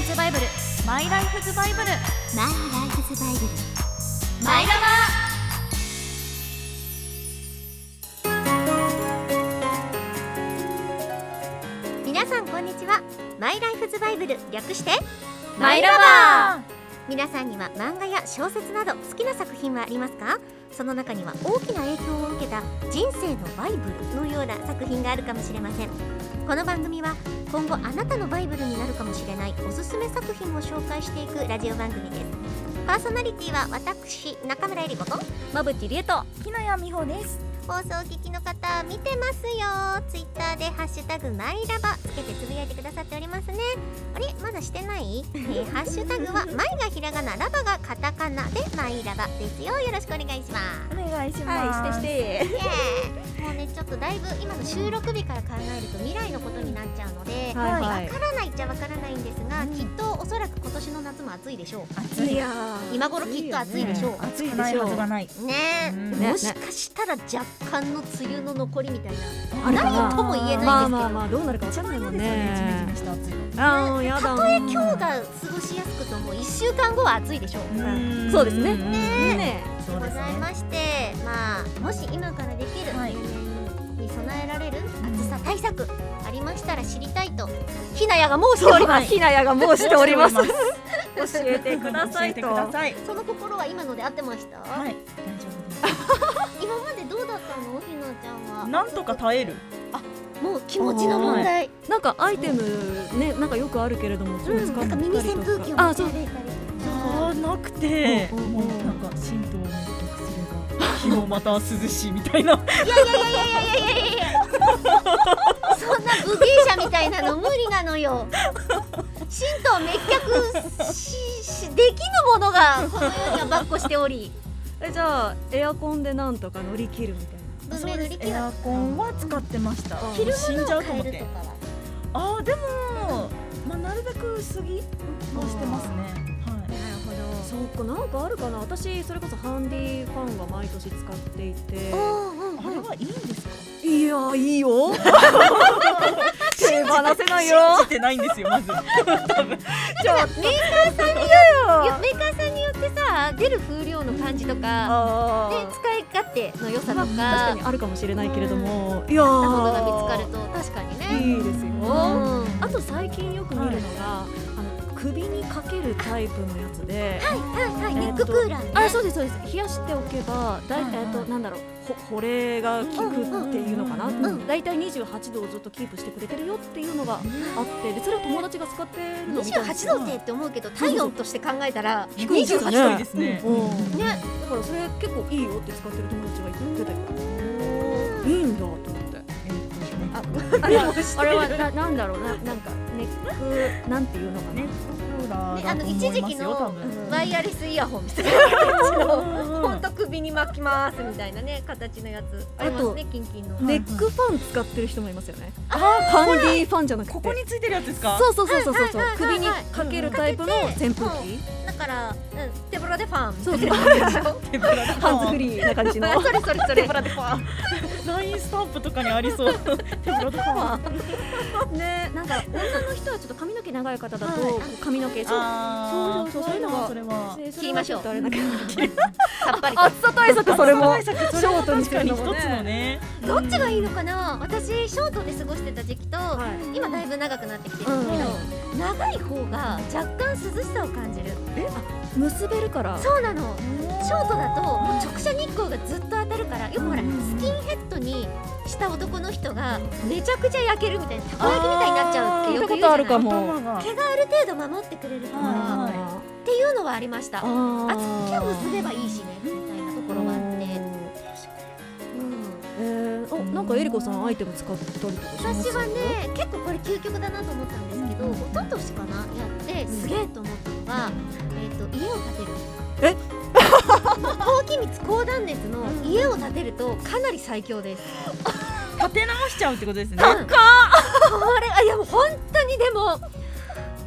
ズバイブル、マイライフズバイブル、 マイライフズバイブル、 マイラバ。皆さんこんにちは。マイライフズバイブル、略してマイラバー。 皆さんには漫画や小説など好きな作品はありますか？その中には大きな影響を受けた人生のバイブルのような作品があるかもしれません。この番組は今後あなたのバイブルになるかもしれないおすすめ作品を紹介していくラジオ番組です。パーソナリティは私、中村えり子と馬淵理恵と木野谷美穂です。 放送を聞きの方見てますよ。ツイッターでハッシュタグマイラバつけてつぶやいてくださっておりますね。あれまだしてない？ハッシュタグはマイがひらがな、ラバがカタカナでマイラバですよ。よろしくお願いします。 お願いします。 はい、してもうね、ちょっとだいぶ今の収録日から考えると未来のことになっちゃうので、わからないっちゃわからないんですが、きっとおそらく今年の夏も暑いでしょう。 暑い。 今頃きっと暑いでしょう。 暑いでしょう。はずがない。 ねえ、もしかしたら若干の梅雨の残りみたいな、何とも言えないんですけど、 まあどうなるかわかんないもんね。ああ、やだ。 たとえ今日が過ごしやすくとも1週間後は暑いでしょう。 そうですね。 ねえ、ございまして、まあもし今からできる来年に備えられる暑さ対策ありましたら知りたいとひなやが申しております。 ひなやが申しております。教えてくださいと。 その心は今ので合ってました？ はい、大丈夫です。 今までどうだったの、ひなちゃんは？ なんとか耐える。 もう気持ちの問題。 なんかアイテムね、なんかよくあるけれども、 なんか耳扇風機を持ち歩いたりとか。 なくて、もうなんか神道を熱くすれば日もまた涼しいみたいな。いやそんな武芸者みたいなの無理なのよ。神道滅却できぬものがこの世にはばっこしており。 じゃあエアコンでなんとか乗り切るみたいな。 そうです。 エアコンは使ってました。 着る死んものをじゃうと思って。 変えるとかは。 でもまあなるべく薄着はしてますね。 そうか、なんかあるかな。私それこそハンディファンは毎年使っていて、 あれはいいんですか？ いや、いいよ。手放せないよ。 信じてないんですよ、まず。 じゃあメーカーさんによってさ、出る風量の感じとかで使い勝手の良さとか、 確かにあるかもしれないけれども、いやー、 ものが見つかると確かにね、 いいですよ。あと最近よく見るのが、首にかけるタイプのやつで、 ネッククーラーね。 あ、そうですそうです。冷やしておけばなんだろう、保冷が効くっていうのかな。だいたい28度をずっとキープしてくれてるよっていうのがあって、でそれを友達が使ってるのを見たんですよ。 28度って思うけど、体温として考えたら低いですね。 低いですね。 だからそれ結構いいよって使ってる友達が言ってたよ。いいんだと思って。あれはなんだろうな、なんかネックなんていうのかな。 一時期のワイヤレスイヤホンみたいな感じの、ほんと首に巻きますみたいなね、形のやつありますね。キンキンのネックファン使ってる人もいますよね。ハンディファンじゃなくて、ここについてるやつですか？ そう首にかけるタイプの扇風機だから、手ぶらでファン。 そうそう、ハンズフリーな感じの。 それ手ぶらでファン。 ラインスタンプとかにありそう。手ぶらでファンね。なんか女の人はちょっと髪の毛長い方だと髪の毛、そういうのは切りましょう。 あれだけどさっぱり暑さ対策、それもショートにしてるのもね。 どっちがいいのかな。私ショートで過ごしてた時期と今だいぶ長くなってきてるんですけど、長い方が若干涼しさを感じる。 結べるから。 そうなの。ショートだともう直射日光がずっと当たるから、よくほらスキンヘッドにした男の人がめちゃくちゃ焼けるみたいな、たこ焼きみたいになっちゃうってよく言うじゃない。毛がある程度守ってくれるからっていうのはありました。厚気を結べばいいしねみたいなところがあって。 なんかえりこさんアイテム使ったりとかします？ 私はね、結構これ究極だなと思ったんですけど、一昨年かなやってすげえと思ったのが、家を建てる。高気密高断熱の家を建てるとかなり最強です。 建て直しちゃうってことですね。 これいやもう本当にでも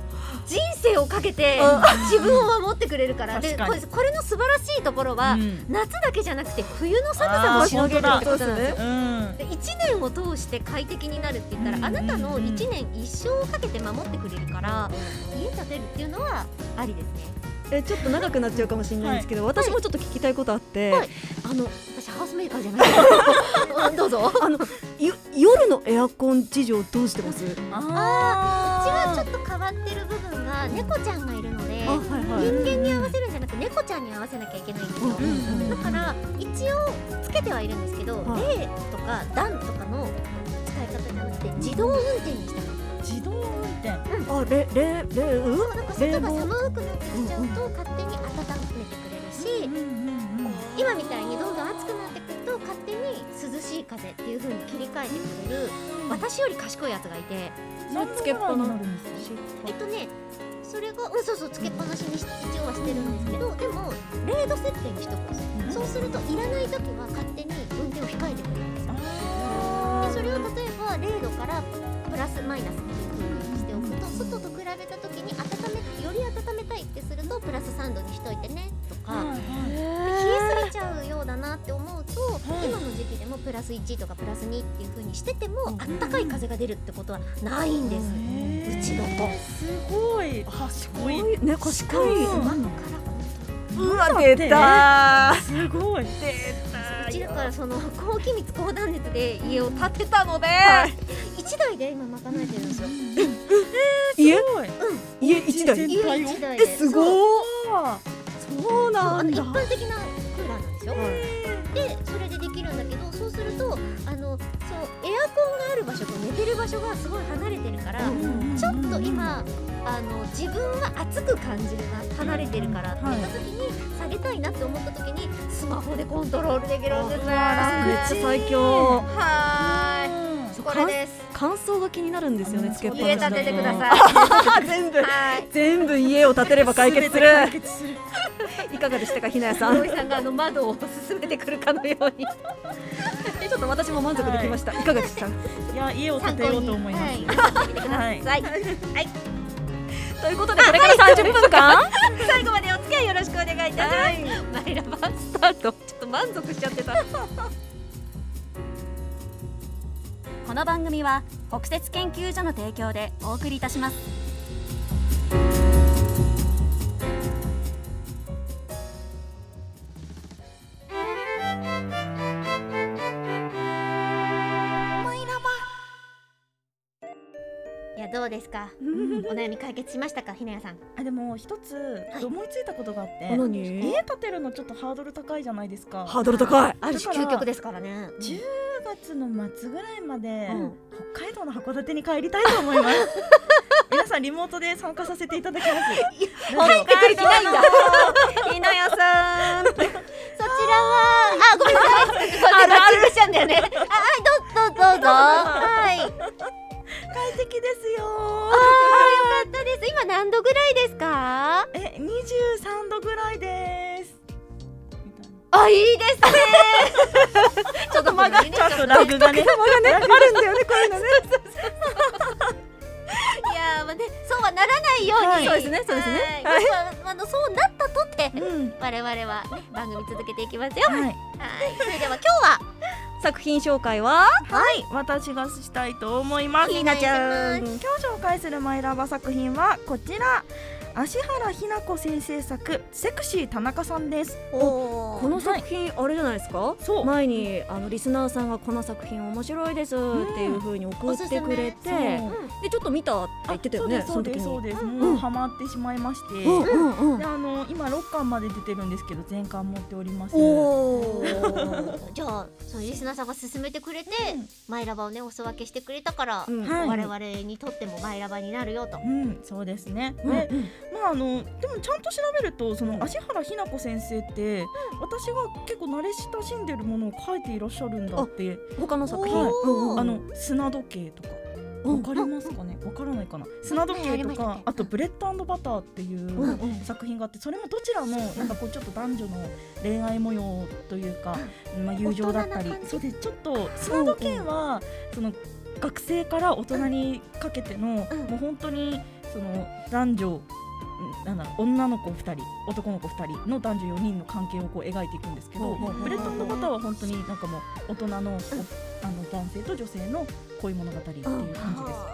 人生をかけて自分を守ってくれるからで、これの素晴らしいところは、夏だけじゃなくて冬の寒さもしのげるってことなんですよ。で1年を通して快適になるって言ったら、あなたの1年一生をかけて守ってくれるから、家建てるっていうのはありですね。 ちょっと長くなっちゃうかもしれないんですけど、私もちょっと聞きたいことあって、 私ハウスメーカーじゃないどうぞ。 夜のエアコン事情どうしてます？ うちはちょっと変わってる部分が猫ちゃんがいるので、人間に合わせるんじゃなく猫ちゃんに合わせなきゃいけないんですよ。だから一応つけてはいるんですけど、冷とか暖とかの使い方じゃなくて自動運転にしたの。 自動運転。 なんか外が寒くなってきちゃうと勝手に温めてくれるし、今みたいにどんどん暑くなってくると勝手に涼しい風っていう風に切り替えてくれる私より賢いやつがいて、 つけっぱなし。 それがそうつけっぱなしに一応はしてるんですけど、でも0度設定にしとくんですよ。そうするといらない時は勝手に運転を控えてくれるんですよ。でそれを例えば0度からプラスマイナスっていう風にしておくと、外と比べた時により温めたいってするとプラス3度にしといてねとか、冷えすぎちゃうようだなって思うと、今の時期でもプラス1とかプラス2っていう風にしててもあったかい風が出るってことはないんです。うちの子すごい賢いね、賢い。 うわ出た。すごい。 うちだからその高気密高断熱で家を建てたので、1台で今賄えてるんですよ。 家1台。 家1台で。 すごい。そうなんだ。 一般的なクーラーなんですよ。でそれでできるんだけど、そうするとそうエアコンがある場所と寝てる場所がすごい離れてるから、ちょっと今自分は暑く感じるな、離れてるからって言った時に下げたいなって思った時にスマホでコントロールできるんですね。 めっちゃ最強。 これです。 乾燥が気になるんですよね。つけっぱなし。 家建ててください。 全部家を建てれば解決する。いかがでしたか、ひなやさん。 ロイさんが窓を進めてくるかのように。 ちょっと私も満足できました。いかがでした？ いや、家を建てようと思います。 はい。 ということでこれから30分間最後までお付き合いよろしくお願いいたします。マイラバースタート。ちょっと満足しちゃってた。 この番組は北雪研究所の提供でお送りいたします。 いやどうですか。お悩み解決しましたか、ひなやさん。 でも一つ思いついたことがあって、 何？ 家建てるのちょっとハードル高いじゃないですか。 ハードル高い。 ある種究極ですからね。 10月の末ぐらいまで北海道の函館に帰りたいと思います。皆さんリモートで参加させていただきます。 入ってくる気ないんだ。ひなやさん。そちらはごめんなさい。あるしちゃうんだよね。はい、どうぞ。はい。 快適ですよ。 よかったです。今何度ぐらいですか ？23度ぐらいです。 いいですね。ちょっと間がちょっとラグがね、 あるんだよね、こういうのね。 いやまあね、そうはならないように。 そうですね。 そうなったとて我々はね番組続けていきますよ。はい。それでは今日は作品紹介は私がしたいと思います。 ひなちゃん。 今日紹介するマイラバ作品はこちら。芦原ひな子先生作セクシー田中さんです。 この作品あれじゃないですか。前にリスナーさんがこの作品面白いですっていう風に送ってくれて、でちょっと見たって言ってたよね。 そうです。もうハマってしまいまして、で今6巻まで出てるんですけど全巻持っております。 じゃあそのリスナーさんが勧めてくれてマイラバをねお裾分けしてくれたから我々にとってもマイラバになるよと。 そうですね。でもちゃんと調べるとその芦原ひな子先生って私が結構慣れ親しんでるものを書いていらっしゃるんだって。 他の作品砂時計とかわかりますかね。わからないかな。砂時計とかあとブレッド&バターっていう作品があって、それもどちらもなんかこうちょっと男女の恋愛模様というか友情だったり、そうでちょっと砂時計はその学生から大人にかけてのもう本当にその男女女の子2人男の子2人の男女4人の関係をこう描いていくんですけど、ブレッド&バターは本当になんかもう大人の男性と女性の恋物語っていう感じです。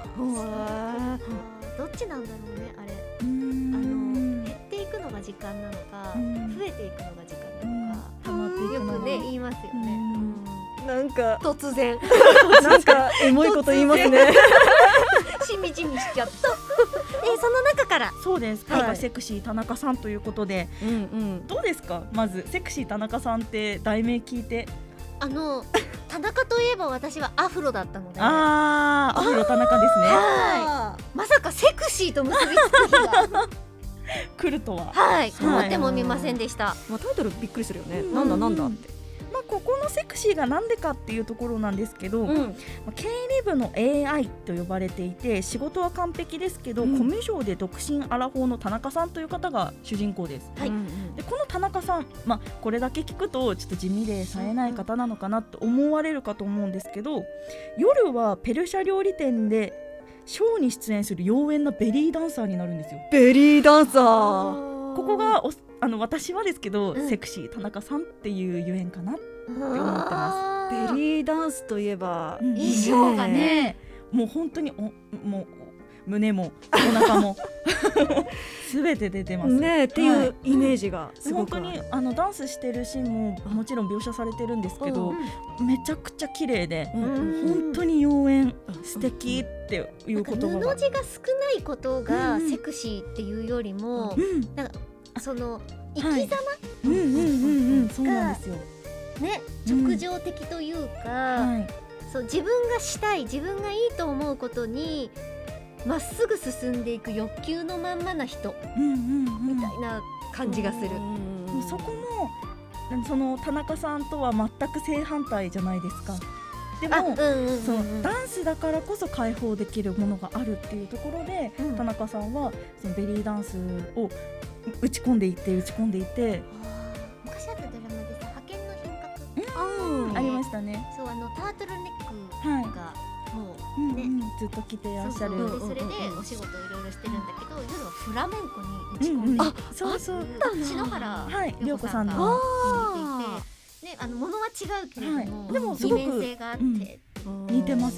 どっちなんだろうねあれ。減っていくのが時間なのか、増えていくのが時間なのか、 溜まっていくのがよくね言いますよね。 なんか突然なんかエモいこと言いますね。 しみじみしちゃった。その中からそうです、はい、セクシー田中さんということで、どうですか、まずセクシー田中さんって題名聞いて。 田中といえば私はアフロだったので、 アフロ田中ですね。 まさかセクシーと結びつく日が来るとは、 思ってもみませんでした。 タイトルびっくりするよね。なんだって。 ここのセクシーがなんでかっていうところなんですけど、経理部の AI と呼ばれていて、仕事は完璧ですけど、コミュ障で独身アラフォーの田中さんという方が主人公です。でこの田中さん、これだけ聞くとちょっと地味で冴えない方なのかなと思われるかと思うんですけど、夜はペルシャ料理店でショーに出演する妖艶なベリーダンサーになるんですよ。 ベリーダンサー、 ここが私はですけど、セクシー田中さんっていうゆえんかなって思ってます。 ベリーダンスといえば、 衣装がね、 もう本当にもう胸もお腹もすべて出てますねっていうイメージがすごく、 本当にダンスしてるシーンももちろん描写されてるんですけど、めちゃくちゃ綺麗で、本当に妖艶、素敵っていう言葉が、 布地が少ないことがセクシーっていうよりも、なんかその生き様そうなんですよね、直情的というか、そう自分がしたい、自分がいいと思うことにまっすぐ進んでいく欲求のまんまな人みたいな感じがする。 そこもその田中さんとは全く正反対じゃないですか。でもそのダンスだからこそ解放できるものがあるっていうところで、田中さんはそのベリーダンスを打ち込んでいって昔あったドラマでさ、派遣の品格ありましたね。 そう、タートルネックがもうね、 ずっと着ていらっしゃる。 それでお仕事いろいろしてるんだけど、夜はフラメンコに打ち込んでいて、篠原涼子さんが演じていて、物は違うけれども、 でもすごく二面性があって似てます、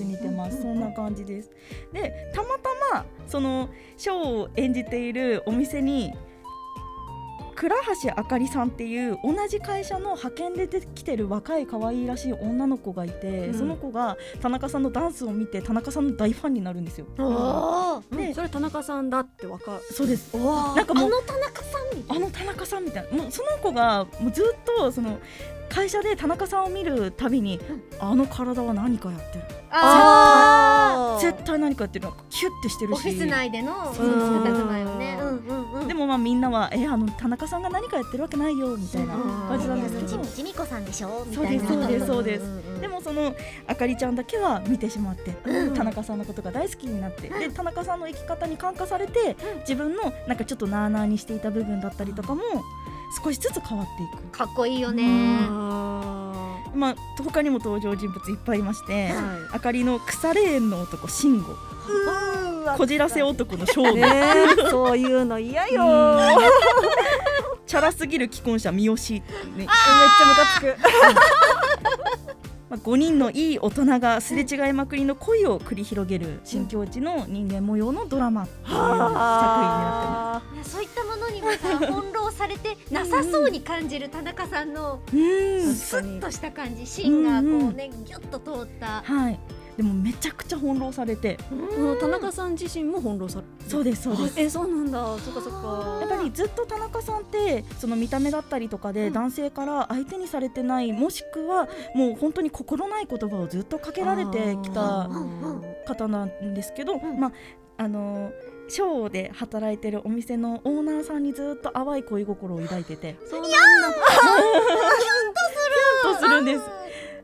そんな感じです。でたまたまそのショーを演じているお店に倉橋あかりさんっていう同じ会社の派遣で出てきてる若い可愛いらしい女の子がいて、その子が田中さんのダンスを見て田中さんの大ファンになるんですよ。 でそれ田中さんだってわかる。 そうです。 なんかもう田中さんみたいな、 もうその子がもうずっとその会社で田中さんを見るたびに、あの体は何かやってる、絶対何かやってる、キュッてしてるし、 オフィス内での佇まいをね。 でもみんなは田中さんが何かやってるわけないよみたいな感じなんですけど、 ジミコさんでしょみたいな。 そうです。でもそのあかりちゃんだけは見てしまって、田中さんのことが大好きになって、で田中さんの生き方に感化されて、自分のなんかちょっとなあなあにしていた部分だったりとかも少しずつ変わっていく。 かっこいいよね。 他にも登場人物いっぱいいまして、あかりの腐れ縁の男慎吾、こじらせ男の勝負、 そういうの嫌よ。 チャラすぎる既婚者三好、めっちゃムカつく。5人のいい大人がすれ違いまくりの恋を繰り広げる新境地の人間模様のドラマという作品になってます。 そういったものにもさ翻弄されてなさそうに感じる田中さんのスッとした感じ、芯がこうねギュッと通った。 でもめちゃくちゃ翻弄されて、 田中さん自身も翻弄される。 そうです。 そうなんだ。そっか。 やっぱりずっと田中さんってその見た目だったりとかで男性から相手にされてない、もしくはもう本当に心ない言葉をずっとかけられてきた方なんですけど、ショーで働いてるお店のオーナーさんにずっと淡い恋心を抱いてて、 そうなんだ。キュンとするんです。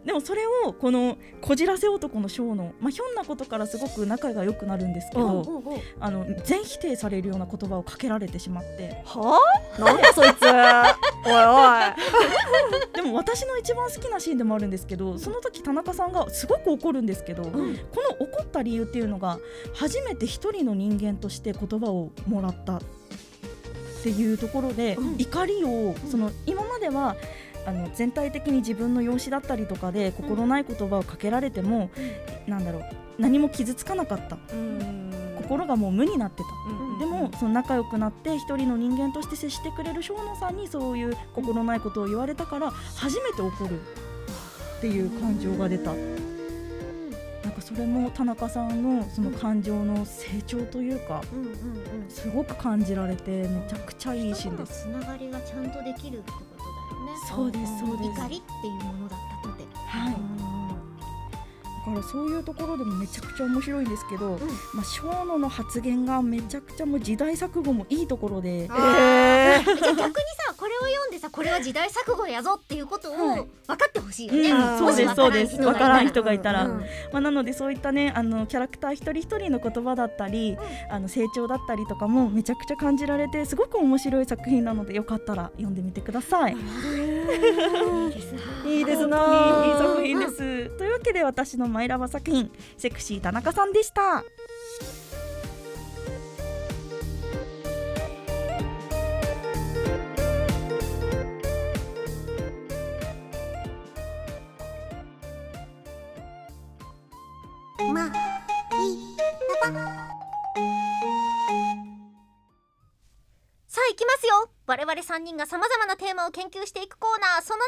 でもそれをこのこじらせ男のショーの、ひょんなことからすごく仲が良くなるんですけど、全否定されるような言葉をかけられてしまって、 はあ、なんだそいつおいでも私の一番好きなシーンでもあるんですけど、その時田中さんがすごく怒るんですけど、この怒った理由っていうのが初めて一人の人間として言葉をもらったっていうところで、怒りをその今までは全体的に自分の容姿だったりとかで心ない言葉をかけられても、何も傷つかなかった、心がもう無になってた、でもその仲良くなって一人の人間として接してくれる生野さんにそういう心ないことを言われたから初めて怒るっていう感情が出た。なんかそれも田中さんのその感情の成長というか、すごく感じられてめちゃくちゃいいシーンです。 つながりがちゃんとできるってことだよね。 そうですそうです。 怒りっていうものだったとて、 はい、だからそういうところでもめちゃくちゃ面白いんですけど、生野の発言がめちゃくちゃもう時代錯誤もいいところで、 じゃあ逆にさ、これを読んでさ、これは時代錯誤やぞっていうことを分かってほしいよね。 そうですそうです。分からん人がいたら、なのでそういったねキャラクター一人一人の言葉だったり、成長だったりとかもめちゃくちゃ感じられて、すごく面白い作品なのでよかったら読んでみてください。いいですな、いい作品です。というわけで私のマイラバ作品、セクシー田中さんでした。 さあ行きますよ。我々3人がさまざまなテーマを研究していくコーナー、その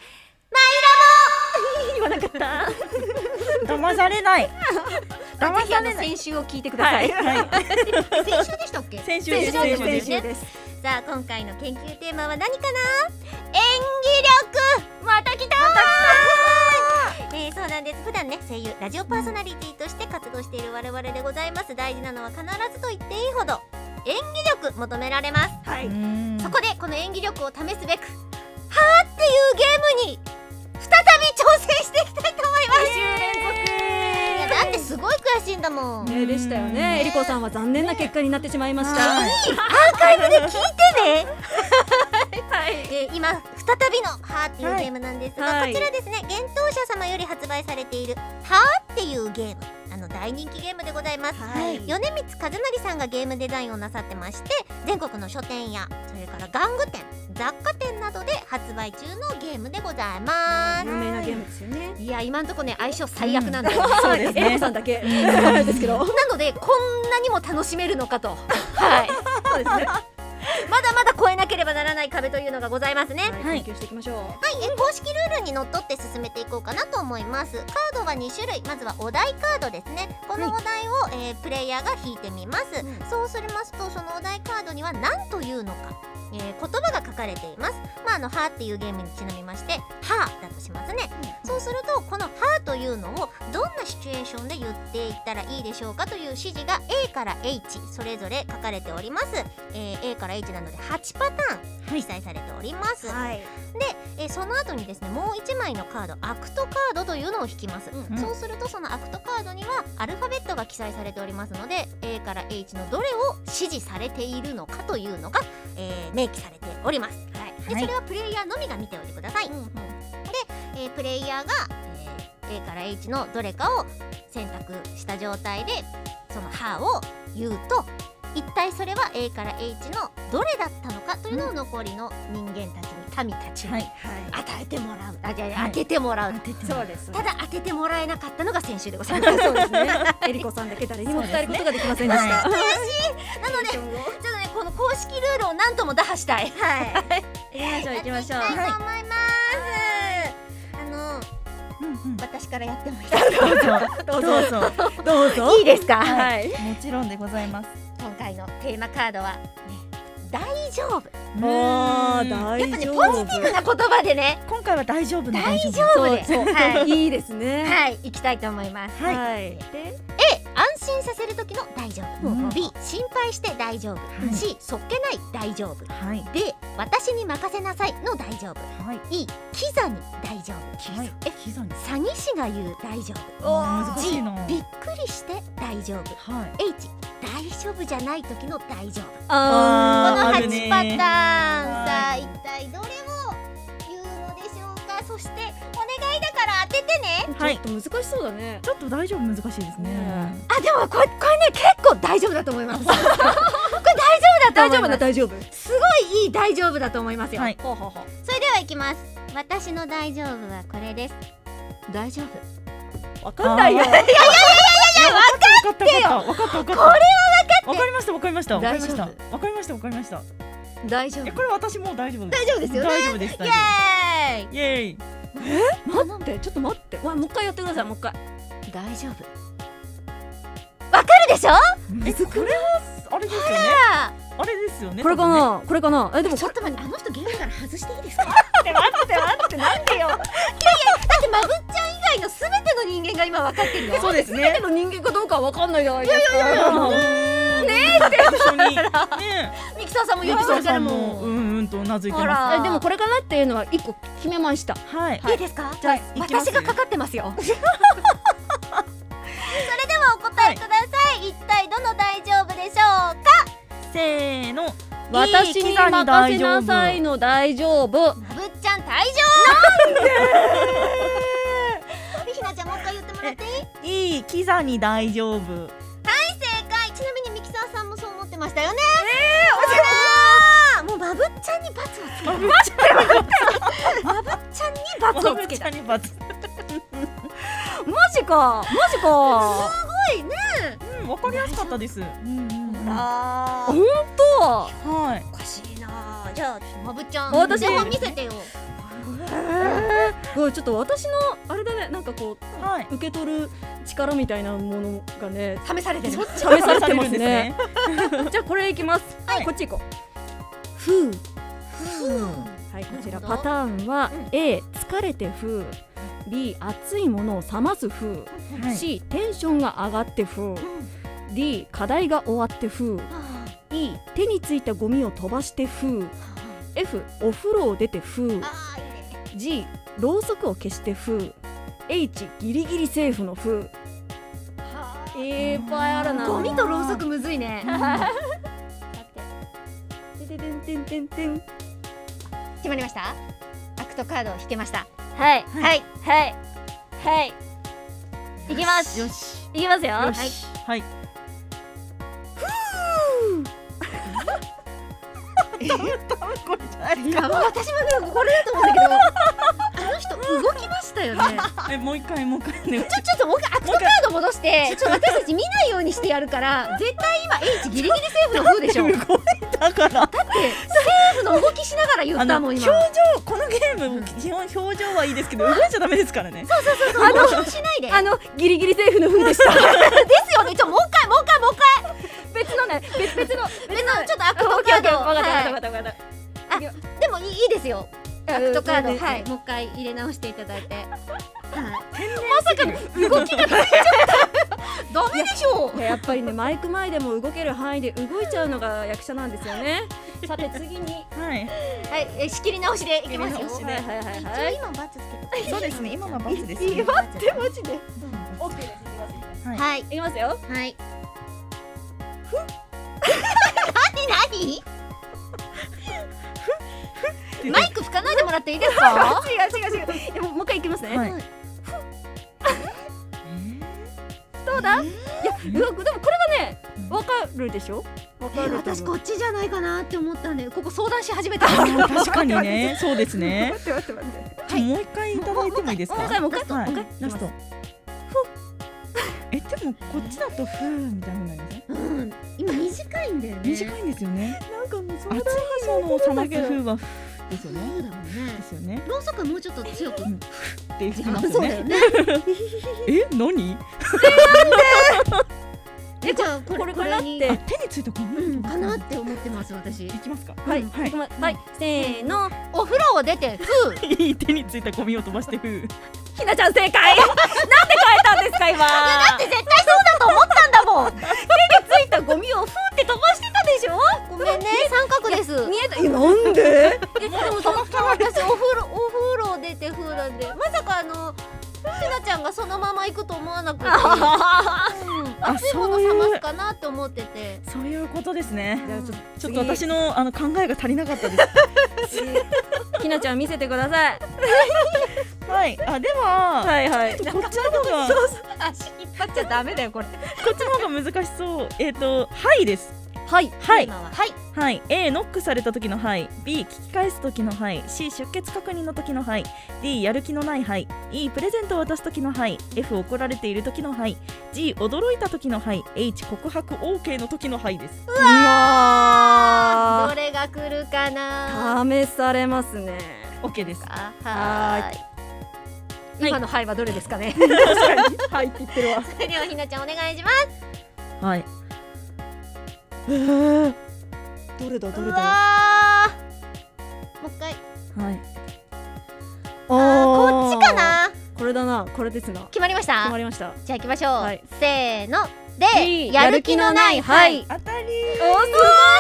名もマイラボ言わなかった騙されない騙されない。先週を聞いてください。先週でしたっけ？ 先週です。 さあ今回の研究テーマは何かな？演技力。また来たそうなんです。普段ね、声優ラジオパーソナリティとして活動している我々でございます。大事なのは必ずと言っていいほど演技力求められます。そこでこの演技力を試すべく、はーっていうゲームに再び挑戦していきたいと思います。2週連続。だってすごい悔しいんだもん。 でしたよね。えりこさんは残念な結果になってしまいました。 アーカイブで聞いてね。今再びのはーっていうゲームなんですが、こちらですね、幻冬舎様より発売されているはーっていうゲーム、大人気ゲームでございます。米光和成さんがゲームデザインをなさってまして、全国の書店やそれから玩具店、雑貨店などで発売中のゲームでございます。 有名なゲームですよね。 いや今んとこね、相性最悪なんだよ。 そうですね。 えりこさんだけですけど、 なのでこんなにも楽しめるのかと。はい、そうですね。まだまだ越えなければならない壁というのがございますね。 研究していきましょう。 公式ルールにのっとって進めていこうかなと思います。カードは2種類。まずはお題カードですね。このお題を、プレイヤーが引いてみます。そうするますと、そのお題カードには何というのか、言葉が書かれています。はーっていうゲームにちなみまして、はーだとしますね。そうするとこのはーというのをどんなシチュエーションで言っていったらいいでしょうかという指示が A から H それぞれ書かれております。A から H なので8パターン記載されております。で、その後にですね、もう1枚のカード、アクトカードというのを引きます。そうするとそのアクトカードにはアルファベットが記載されておりますので、 A から H のどれを指示されているのかというのが、明記されております。でそれはプレイヤーのみが見ておいてください。で、プレイヤーが、A から H のどれかを選択した状態でその「は」を言うと、一体それは A から H のどれだったのかというのを残りの人間たちに、民たちに与えてもらう、当ててもらう。 そうです。 ただ当ててもらえなかったのが先週でございます。 そうですね。えりこさんだけ誰にも伝えることができませんでした。 悔しい。なのでちょっとね、この公式ルールを何とも打破したい。 行きましょう。 やっていきたいと思います。私からやってもいいですか？ どうぞ。 いいですか？ はい、もちろんでございます。 今回のテーマカードは大丈夫。 大丈夫。 やっぱね、ポジティブな言葉でね、 今回は大丈夫な大丈夫で、 いいですね。 はい、行きたいと思います。 はい。 で、A、安心させる時の大丈夫、 うん B 心配して大丈夫、 はい C そっけない大丈夫、 はい D 私に任せなさいの大丈夫、 はい E キザに大丈夫、 はい。キザに。 詐欺師が言う大丈夫、 難しいな。 びっくりして大丈夫、 はい。 H 大丈夫じゃない時の大丈夫、このあーあるね 8パターン、さあはい一体どれを言うのでしょうか。そしてお願いだから当ててね。 はい。 ちょっと難しそうだね。 ちょっと大丈夫難しいですね。 あ、でもこれね結構大丈夫だと思いますこれ大丈夫だと大丈夫思います。 だ大丈夫。 すごいいい大丈夫だと思いますよ、 はい。 ほうほうほう。 それではいきます。私の大丈夫はこれです。大丈夫。 わかんないよ。 分かった分かった。これは分かった。分かりました分かりました分かりました。 大丈分かりました分かりました。 大丈夫。 これ私もう大丈夫です。 大丈夫ですよね。 大丈夫です。 イエーイ。 イエーイ。 待ってちょっと待って。わもう一回やってくださいもう一回。 大丈夫。わかるでしょ。 これはあれですよね。 ああれですよね。 これかなこれかな。でもちょっと待って、あの人ゲームから外していいですか。 待ってなんでよ。 だってまぶっちゃん以外のすべての人間が今わかってるよ。 そうです全ねて。の人間かどうかわかんないじゃないですか。 ねえって一緒にねミキサーさんもえ。 よくわかるさんももん。 うんうんとうなずいてあまらでもこれかなっていうのは一個決めました。 す。はい。 いいですか。 じゃあ行きます私がかかってますよ。それではお答えください。一体どの大丈夫でしょうか。 せーの。 私に任せなさいの大丈夫。 まぶっちゃん退場。ひなちゃんもう一回言ってもらっていい？ いいキザに大丈夫。 正解。ちなみにミキサーさんもそう思ってましたよね。もうまぶっちゃんに罰をつけた。まぶっちゃんに罰をつけた。 まぶっちゃんに罰。 マジかマジか。 すごいね。 うん、わかりやすかったです。うんうん。 あ本当。 はい。 おかしいな。じゃあまぶっちゃん私手本見せてよ。 ちょっと私のあれだねなんかこうはい。 受け取る力みたいなものがね試されてる。 試されてますね。 ね。 じゃあこれいきます。 はいこっち行こう。ふう。はいこちらなるほどパターンはうん A 疲れてふう B 熱いものを冷ますふうはい。 C テンションが上がってふう D 課題が終わってふう E 手についたゴミを飛ばしてふう F お風呂を出てふうああいいね。 G ろうそくを消してふう H ギリギリセーフのふういっぱいあるな。 ゴミとろうそくむずいね。 ててんてんてんてん。 決まりました。アクトカードを引けました。 はいはい。 はいはいいきますよし。 いきますよ。 よし。はい。これじゃないいや私もねこれだと思うんだけど、あの人動きましたよね。 もう一回もう一回ね。 ちょっともう一回アクトカード戻してちょっと私たち見ないようにしてやるから絶対今 H ギリギリセーフの風でしょ。だって動いたから。 セーフの動きしながら言ったもん今。 表情このゲーム基本表情はいいですけど動いちゃダメですからね。 そう動きしないで。 ギリギリセーフの風でした。 ですよね。もう一回別のね別のちょっとアクトカード。 わかったはいわかったわかった。 でもいいですよ。アクトカードうんはいもう一回入れ直していただいて。はい。 まさかの動きがダメでしょう。 やっぱりねマイク前でも動ける範囲で動いちゃうのが役者なんですよね。さて次にはい。 はい仕切り直しでいきますよ。 仕切り直しではいはい一応はい今バツつけて。 そうですね。今のはバツですいいね。 待ってマジで。 うん OK ですはい。 はいいきますよ。 はい。何？マイク拭かないでもらっていいですか？ 違うでももう一回いきますね。 はい。 どうだ？いやでもこれはねわかるでしょ？わかると思う。 私こっちじゃないかなって思ったんでここ相談し始めた。 確かにね。そうですね。 待って。 もう一回いただいてもいいですか。 もう一回はいもう一回ラスト。でもこっちだとふーみたいになりません。 うん今短いんだよね。 短いんですよね。 なんかもうそ熱いものを冷ますふーはふですよね。 そうだもんでね。 すよね。 ろうそくはもうちょっと強く。 って言ってますよね。 そうだよね。 何？ じゃあここれかなっにて。 手についたゴミうんかなって思ってます私。 いきますか。 はいはい。 はいせーの。 お風呂を出てふう。 いい手についたゴミを飛ばしてふー。 ひなちゃん正解。なんで変えたんですか今。 だって絶対そうだとと思ったんだもん。 ついたゴミをふーって飛ばしてたでしょ。 ごめんね、三角です。 見えた。なんで？ でもさ、私お風呂出て風なんで、まさかひなちゃんがそのまま行くと思わなくて、熱いもの冷ますかなって思ってて。 そういうことですね。ちょっと私の考えが足りなかったです。 ひなちゃん見せてください。 はい。では、 はいはい。 こっちの方が足引っ張っちゃダメだよこれ。 こっちの方が難しそう。はいです。 はいはい。 はい。 はい。A ノックされた時のはい。B 聞き返す時のはい。C 出血確認の時のはい。D やる気のないはい。E プレゼントを渡す時のはい。F 怒られている時のはい。G 驚いた時のはい。H 告白 OK の時のはいです。 うわどれが来るかな。 試されますね。 OK です。 はーい。今のはいはどれですかね。 確かにはいって言ってるわ。 それではひなちゃんお願いします。 はい。 どれだうわー、もう一回。 はい。 こっちかな。 これだな。これですな。 決まりました。 決まりました。 じゃあ行きましょう、 はい、 せーので、やる気のないはい。 当たり。 おー、すご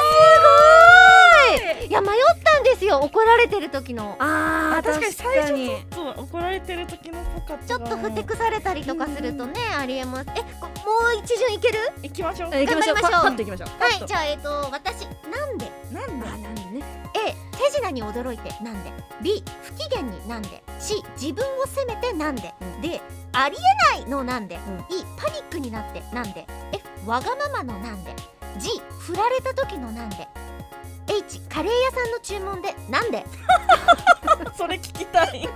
い。いや迷ったんですよ、怒られてる時の。 確かに最初ちょっと怒られてる時のぽかった。 ちょっとふてくされたりとかするとね、ありえます。もう一巡いける？ 行きましょう。 頑張りましょう。 パッといきましょう。 はい、じゃあ私なんでなんでね。 A 手品に驚いてなんで、 B 不機嫌になんで、 C 自分を責めてなんで、でありえないのなんで、E パニックになってなんで、 F わがままのなんで、 G 振られた時のなんで、 H カレー屋さんの注文でなんで。 それ聞きたい。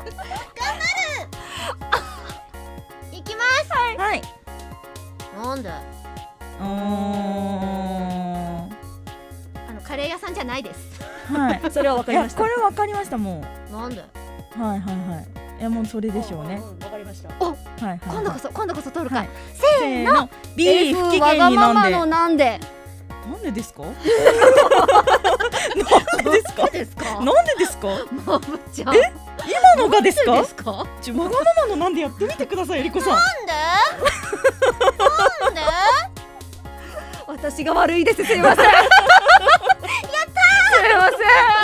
いきます。 はい。 なんで？カレー屋さんじゃないです。 はい。 それはわかりました。 これわかりました。もうなんで？ はいはいはい。いやもうそれでしょうね。 わかりました。 お、 はい。 今度こそ通るかい。 せーの。B 不機嫌になんで？ なんでですか？なんでですか？なんでですか？ まぶちゃん。 今のがですか？わがままのなんでやってみてください、えりこさん。 なんで？ 私が悪いです。すいません。やったー。すいません。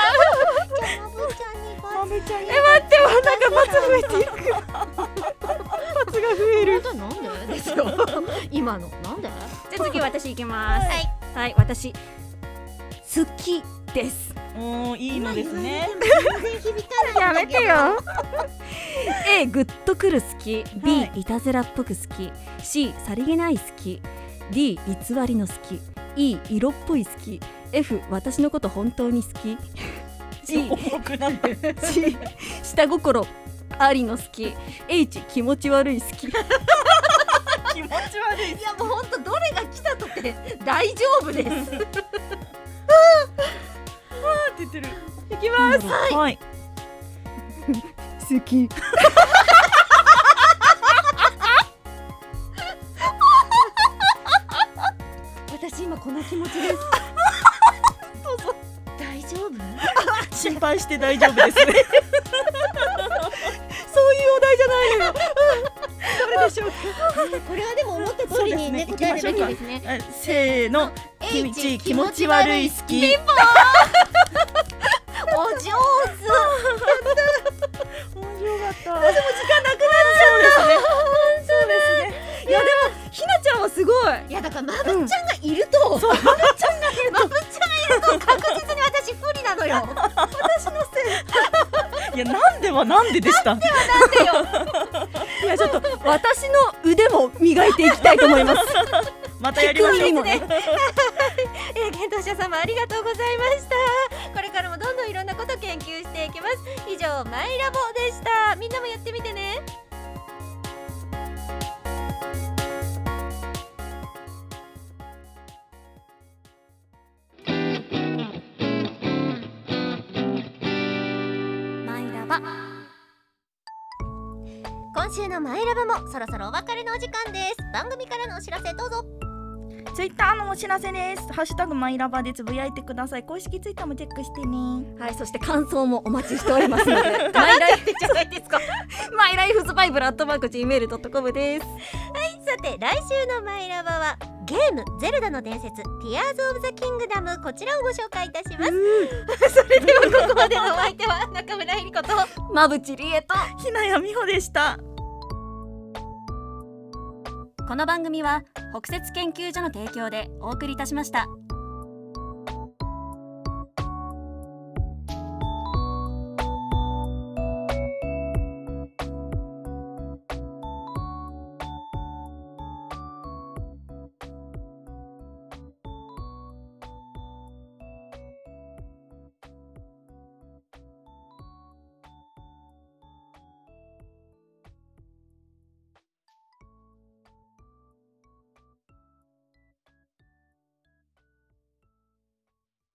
まぶちゃんに。 待って、なんか罰増えていく。罰が増える。 なんでですよ。今のなんで？ じゃあ次私行きます。はい、私好きです。 いいのですね。 やめてよ。A グッとくる好き、B いたずらっぽく好き、C さりげない好き、D 偽りの好き、E 色っぽい好き、F 私のこと本当に好き、G 下心ありの好き、H 気持ち悪い好き。 気持ち悪い。 いやもうほんとどれが来たとて大丈夫です。 って言ってる。 いきます。 はい。 好き。 私今この気持ちです。どうぞ。大丈夫？ 心配して大丈夫ですね。 そういうお題じゃないのよ。どれでしょうか。 これはでも思った通りにね、答えるべきですね。 せーの。H 気持ち悪い好き。 ピンポーン。お上手。 面白かった。 でも時間なくなっちゃった。そうですね。いやでもひなちゃんはすごい。 いやだからまぶっちゃんがいると、まぶっちゃんがいると確実に私不利なのよ。私のせい。 いやなんではなんででした。 なんでよ。 いやちょっと私の腕も磨いていきたいと思います。 またやりましょうね。 検討者様ありがとうございました。これからもどんどんいろんなこと研究していきます。以上マイラボでした。みんなもやってみてね。 マイラバ。 今週のマイラボもそろそろお別れのお時間です。番組からのお知らせどうぞ。 ツイッターのお知らせです。ハッシュタグマイラバでつぶやいてください。公式ツイッターもチェックしてね。 はい、そして感想もお待ちしておりますのでマイライフじゃないですかマイライフズバイブル@gmail.com です。 さて来週のマイラバはゲームゼルダの伝説ティアーズオブザキングダム、こちらをご紹介いたします。それではここまでのお相手は中村えり子と馬淵理恵とひなやみほでした。 この番組は北雪研究所の提供でお送りいたしました。